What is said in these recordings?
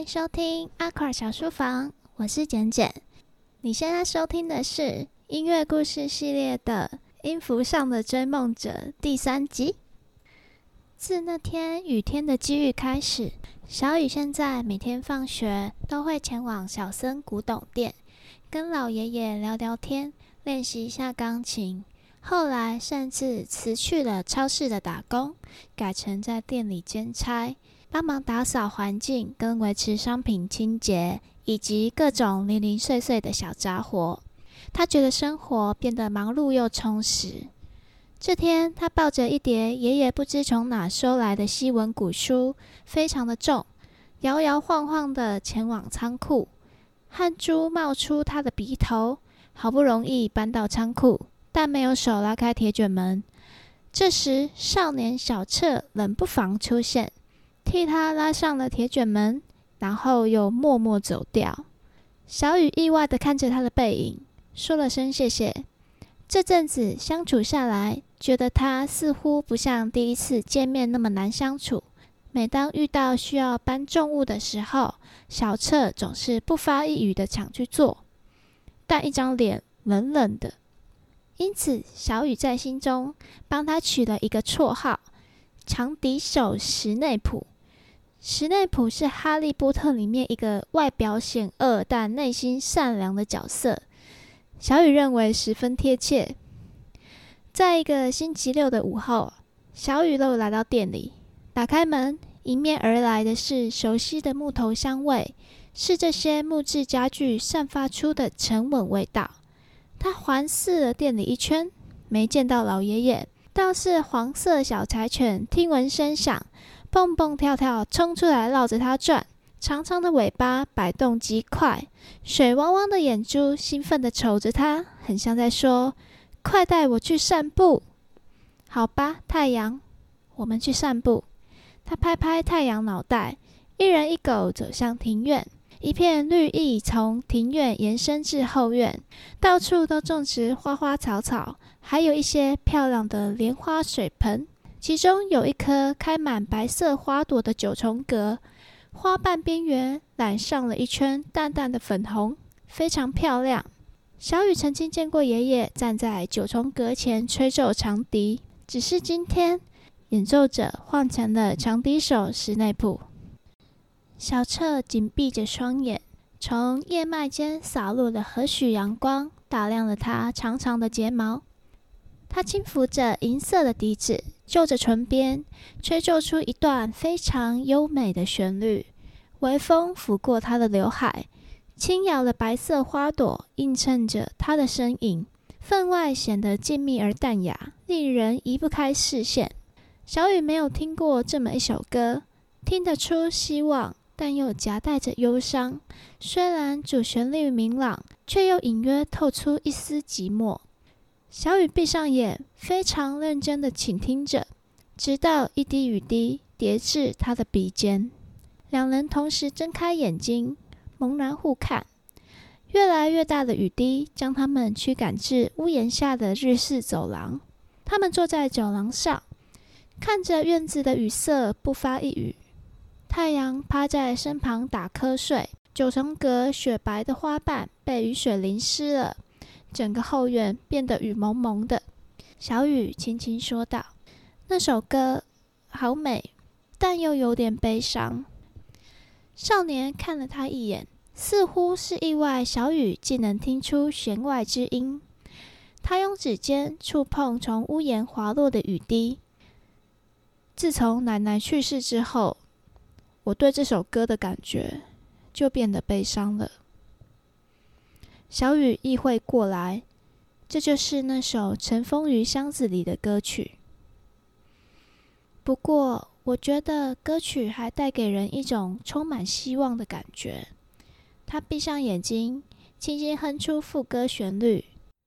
迎收听阿克尔小书房，我是简简。你现在收听的是音乐故事系列的《音符上的追梦者》第3集。自那天雨天的机遇开始，小雨现在每天放学都会前往小森古董店，跟老爷爷聊聊天，练习一下钢琴。后来甚至辞去了超市的打工，改成在店里兼差，帮忙打扫环境跟维持商品清洁，以及各种零零碎碎的小杂活。他觉得生活变得忙碌又充实。这天，他抱着一叠爷爷不知从哪收来的西文古书，非常的重，摇摇晃晃的前往仓库。汗珠冒出他的鼻头，好不容易搬到仓库，但没有手拉开铁卷门。这时，少年小彻冷不防出现，替他拉上了铁卷门，然后又默默走掉。小雨意外地看着他的背影，说了声谢谢。这阵子相处下来，觉得他似乎不像第一次见面那么难相处。每当遇到需要搬重物的时候，小彻总是不发一语地抢去做，但一张脸冷冷的。因此，小雨在心中帮他取了一个绰号——长笛手史内普。史内普是哈利波特里面一个外表险恶但内心善良的角色，小雨认为十分贴切。在一个星期六的午后，小雨又来到店里，打开门，迎面而来的是熟悉的木头香味，是这些木质家具散发出的沉稳味道。他环视了店里一圈，没见到老爷爷，倒是黄色小柴犬听闻声响，蹦蹦跳跳冲出来绕着他转，长长的尾巴摆动极快，水汪汪的眼珠兴奋地瞅着他，很像在说：快带我去散步。好吧，太阳，我们去散步。他拍拍太阳脑袋，一人一狗走向庭院。一片绿意从庭院延伸至后院，到处都种植花花草草，还有一些漂亮的莲花水盆，其中有一颗开满白色花朵的九重葛，花瓣边缘染上了一圈淡淡的粉红，非常漂亮。小雨曾经见过爷爷站在九重葛前吹奏长笛，只是今天演奏者换成了长笛手史内普。小彻紧闭着双眼，从叶脉间洒落了何许阳光，打亮了他长长的睫毛。他轻抚着银色的笛子，就着唇边，吹奏出一段非常优美的旋律。微风拂过他的刘海，轻摇的白色花朵映衬着他的身影，分外显得静谧而淡雅，令人移不开视线。小雨没有听过这么一首歌，听得出希望，但又夹带着忧伤。虽然主旋律明朗，却又隐约透出一丝寂寞。小雨闭上眼，非常认真地倾听着，直到一滴雨滴跌至他的鼻尖。两人同时睁开眼睛，猛然互看。越来越大的雨滴将他们驱赶至屋檐下的日式走廊。他们坐在走廊上，看着院子的雨色，不发一语。太阳趴在身旁打瞌睡，九重葛雪白的花瓣被雨水淋湿了，整个后院变得雨蒙蒙的。小雨轻轻说道：那首歌好美，但又有点悲伤。少年看了他一眼，似乎是意外小雨竟能听出弦外之音。他用指尖触碰从屋檐滑落的雨滴。自从奶奶去世之后，我对这首歌的感觉就变得悲伤了。小雨意会过来，这就是那首《尘封于箱子里》的歌曲。不过，我觉得歌曲还带给人一种充满希望的感觉。他闭上眼睛，轻轻哼出副歌旋律。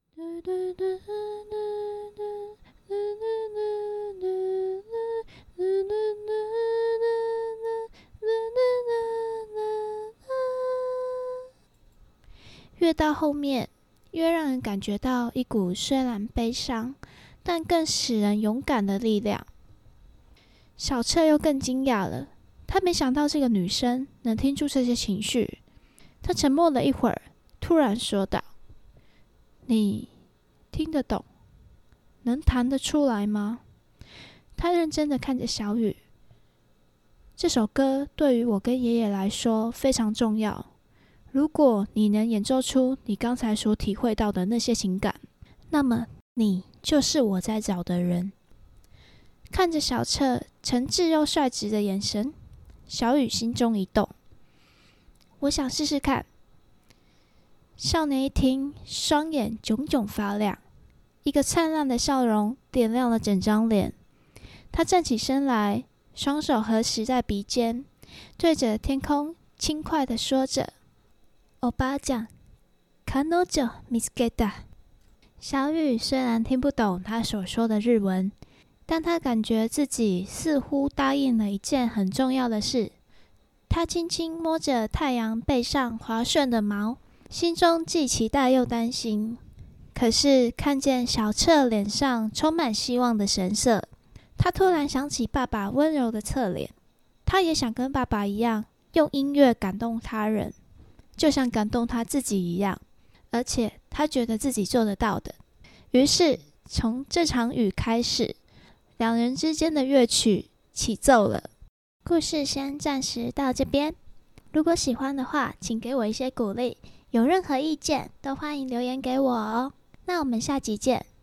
越到后面，越让人感觉到一股虽然悲伤，但更使人勇敢的力量。小彻又更惊讶了， 他没想到这个女生能听出这些情绪。他沉默了一会儿，突然说道：“你听得懂？能弹得出来吗？”他认真的看着小雨。这首歌对于我跟爷爷来说非常重要。如果你能演奏出你刚才所体会到的那些情感，那么你就是我在找的人。看着小彻诚挚又率直的眼神，小雨心中一动。我想试试看。少年一听，双眼炯炯发亮，一个灿烂的笑容点亮了整张脸。他站起身来，双手合十在鼻尖，对着天空轻快地说着：“欧巴酱，彼女見つけた。”小雨虽然听不懂他所说的日文，但他感觉自己似乎答应了一件很重要的事。他轻轻摸着太阳背上滑顺的毛，心中既期待又担心。可是看见小彻脸上充满希望的神色，他突然想起爸爸温柔的侧脸。他也想跟爸爸一样，用音乐感动他人，就像感动他自己一样。而且他觉得自己做得到的。于是从这场雨开始，两人之间的乐曲起奏了。故事先暂时到这边，如果喜欢的话，请给我一些鼓励，有任何意见都欢迎留言给我哦。那我们下集见。